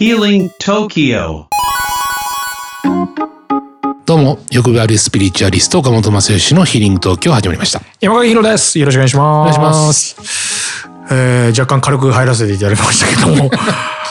Healing Tokyo. どうも、欲張りスピリチュアリスト岡本正義のヒーリング東京始まりました。 山垣宏です。よろしくお願いします。 お願いします。 若干軽く入らせていただきましたけども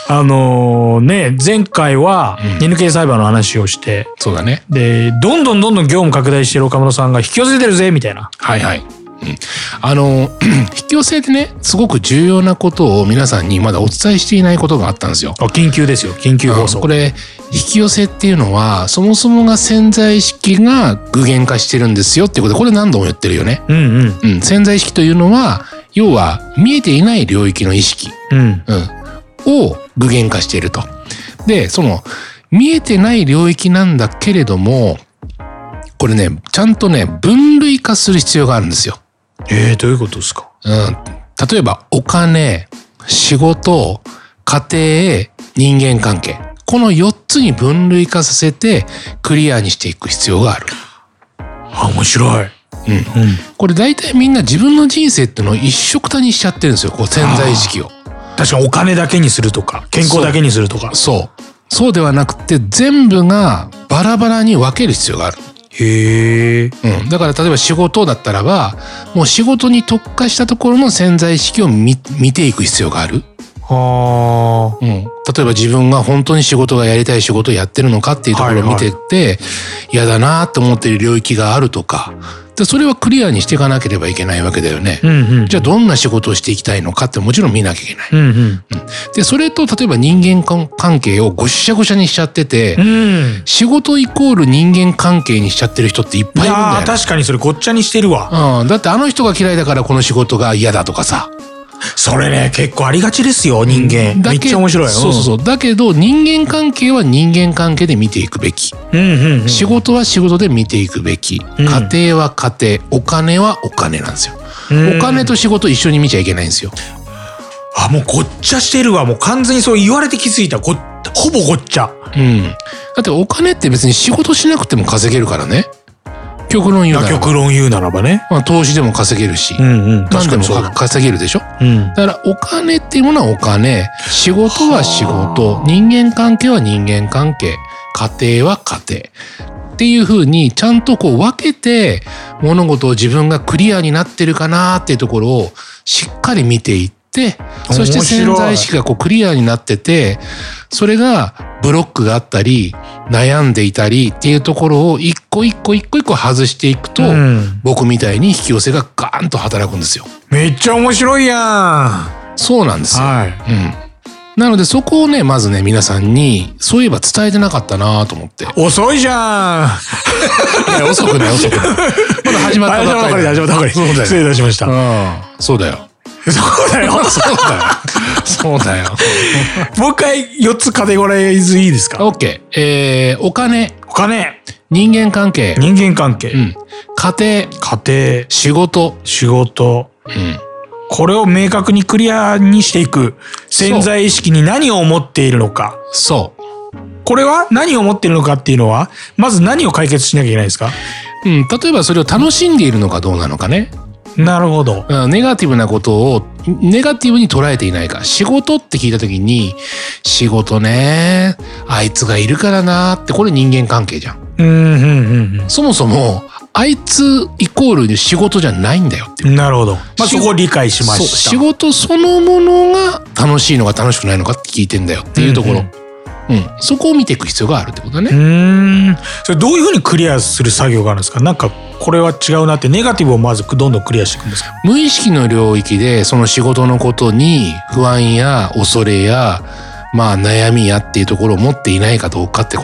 前回は NK 裁判の話をして、 そうだね。 でどんどん業務拡大してる岡本さんが引き寄せてるぜみたいな。 はいはい。引き寄せでね、すごく重要なことを皆さんにまだお伝えしていないことがあったんですよ。 緊急ですよ。緊急放送。 これ引き寄せっていうのはそもそもが潜在意識が具現化してるんですよっていうことで、これ何度も言ってるよね。潜在意識というのは要は見えていない領域の意識、を具現化していると。で、その見えてない領域なんだけれども、これね、ちゃんとね分類化する必要があるんですよ。 どういうことですか？ 例えばお金、仕事、家庭、人間関係、この4つに分類化させてクリアにしていく必要がある。 面白い。 これ大体みんな自分の人生っていうのを一緒くたにしちゃってるんですよ。こう潜在意識を。 確かにお金だけにするとか、健康だけにするとか。 そうではなくて、全部がバラバラに分ける必要がある。だから例えば仕事だったらば、もう仕事に特化したところの潜在意識を見ていく必要がある。例えば自分が本当に仕事がやりたい仕事をやってるのかっていうところを見てって嫌だなと思っている領域があるとか、それはクリアにしていかなければいけないわけだよね。じゃあどんな仕事をしていきたいのかってもちろん見なきゃいけない。でそれと例えば人間関係をごしゃごしゃにしちゃってて、仕事イコール人間関係にしちゃってる人っていっぱいいるんだよね。 確かにそれごっちゃにしてるわ。 だってあの人が嫌いだからこの仕事が嫌だとかさ。 それね、結構ありがちですよ、人間。めっちゃ面白いよ。 そう。だけど人間関係は人間関係で見ていくべき。仕事は仕事で見ていくべき。家庭は家庭、お金はお金なんですよ。お金と仕事一緒に見ちゃいけないんですよ。 もうごっちゃしてるわ。もう完全にそう言われて気づいた。ほぼごっちゃ。 だってお金って別に仕事しなくても稼げるからね。極論言うならばね。投資でも稼げるし、何でも稼げるでしょ。だからお金っていうものはお金、仕事は仕事、人間関係は人間関係、家庭は家庭っていう風にちゃんとこう分けて物事を自分がクリアになってるかなっていうところをしっかり見ていって、そして潜在意識がこうクリアになってて、それがブロックがあったり悩んでいたりっていうところを一個一個外していくと、僕みたいに引き寄せがガーンと働くんですよ。 めっちゃ面白いやん。 そうなんですよ。なのでそこをね、まずね、皆さんにそういえば伝えてなかったなと思って。 遅いじゃん。 遅くない。まだ始まったばっかり。 失礼いたしました。 そうだよ。そうだよ。 もう一回4つカテゴライズいいですか？ OK。お金。人間関係。 家庭。 仕事。これを明確にクリアにしていく。潜在意識に何を思っているのか。これは何を思っているのかっていうのは、まず何を解決しなきゃいけないですか？ 例えばそれを楽しんでいるのかどうなのかね。 なるほど。 ネガティブなことをネガティブに捉えていないか。仕事って聞いた時に、仕事ね、あいつがいるからなって、これ人間関係じゃん。そもそもあいつイコールで仕事じゃないんだよっていう。 なるほど。そこを理解しました。 仕事そのものが楽しいのか楽しくないのかって聞いてんだよっていうところ。そこを見ていく必要があるってことだね。 それどういうふうにクリアする作業があるんですか？なんかこれは違うなって、ネガティブをまずどんどんクリアしていくんですか？ 無意識の領域でその仕事のことに不安や恐れや悩みやっていうところを持っていないかどうかってこと。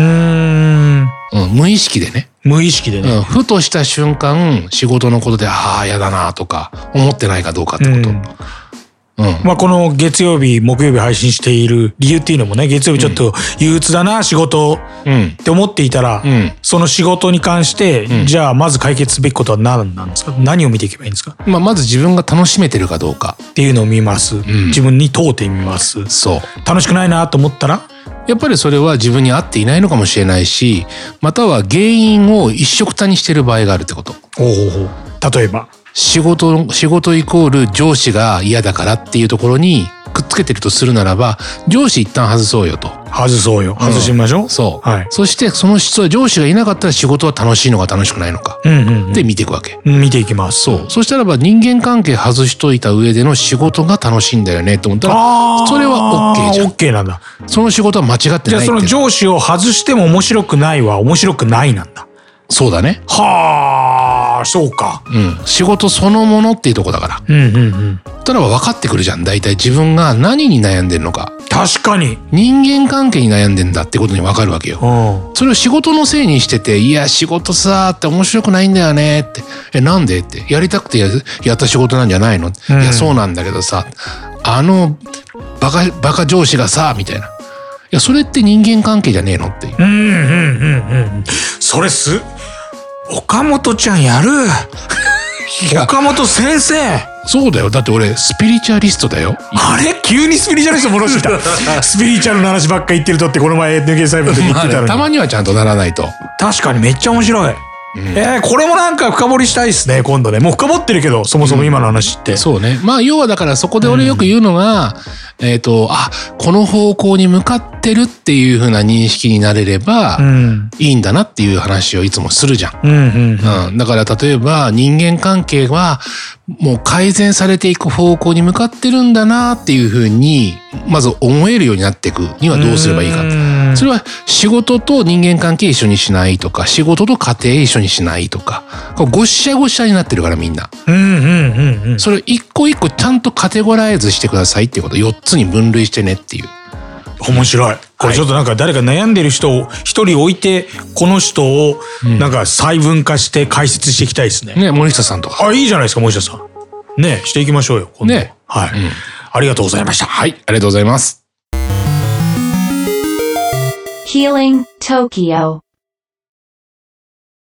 無意識でね。ふとした瞬間仕事のことで嫌だなとか思ってないかどうかってこと。 この月曜日木曜日配信している理由っていうのもね、月曜日ちょっと憂鬱だな、仕事って思っていたら、その仕事に関して、じゃあまず解決すべきことは何なんですか？何を見ていけばいいんですか？ まず自分が楽しめてるかどうかっていうのを見ます。自分に問うてみます。楽しくないなと思ったら、 やっぱりそれは自分に合っていないのかもしれないし、または原因を一緒くたにしてる場合があるってこと。 例えば仕事イコール上司が嫌だからっていうところにくっつけてるとするならば、上司一旦外そうよと。 外そうよ。外してみましょう。 そう。はい。そしてその人は上司がいなかったら仕事は楽しいのか楽しくないのか。で見ていくわけ。 見ていきます。 そう。そしたらば人間関係外しといた上での仕事が楽しいんだよねと思ったら、それは OK じゃん。 OK なんだ。 その仕事は間違ってないって。 じゃあその上司を外しても面白くないは面白くないなんだ。 そうだね。 はあ、そうか。 うん。仕事そのものっていうとこだから。たら分かってくるじゃん。大体自分が何に悩んでるのか。 確かに。 人間関係に悩んでんだってことに分かるわけよ。それを仕事のせいにしてて、いや、仕事さーって面白くないんだよねって。なんでって。やりたくてやった仕事なんじゃないの？いや、そうなんだけどさ、バカ上司がさ、みたいな。いや、それって人間関係じゃねえのっていう。 それ岡本ちゃんやる。岡本先生。 そうだよ。だって俺、スピリチュアリストだよ。 あれ急にスピリチュアリスト戻してきた。スピリチュアルの話ばっか言ってるとって、この前、抜け細胞で言ってたのに。 たまにはちゃんとならないと。 確かにめっちゃ面白い。これもなんか深掘りしたいですね、今度ね。もう深掘ってるけど、そもそも今の話って。 そうね。まあ、要はだからそこで俺よく言うのが、この方向に向かってるっていう風な認識になれれば、いいんだなっていう話をいつもするじゃん。だから例えば人間関係はもう改善されていく方向に向かってるんだなっていう風に、まず思えるようになっていくにはどうすればいいか。それは仕事と人間関係一緒にしないとか、仕事と家庭一緒にしないとか、ごっしゃごしゃになってるからみんな。それを一個一個ちゃんとカテゴライズしてくださいっていうこと、4つに分類してねっていう。 面白い。これちょっとなんか誰か悩んでる人を一人置いて、この人をなんか細分化して解説していきたいですね。 ね、森下さんとか。 いいじゃないですか、森下さん。ね、していきましょうよ。ね。はい。ありがとうございました。 はい、ありがとうございます。 Healing Tokyo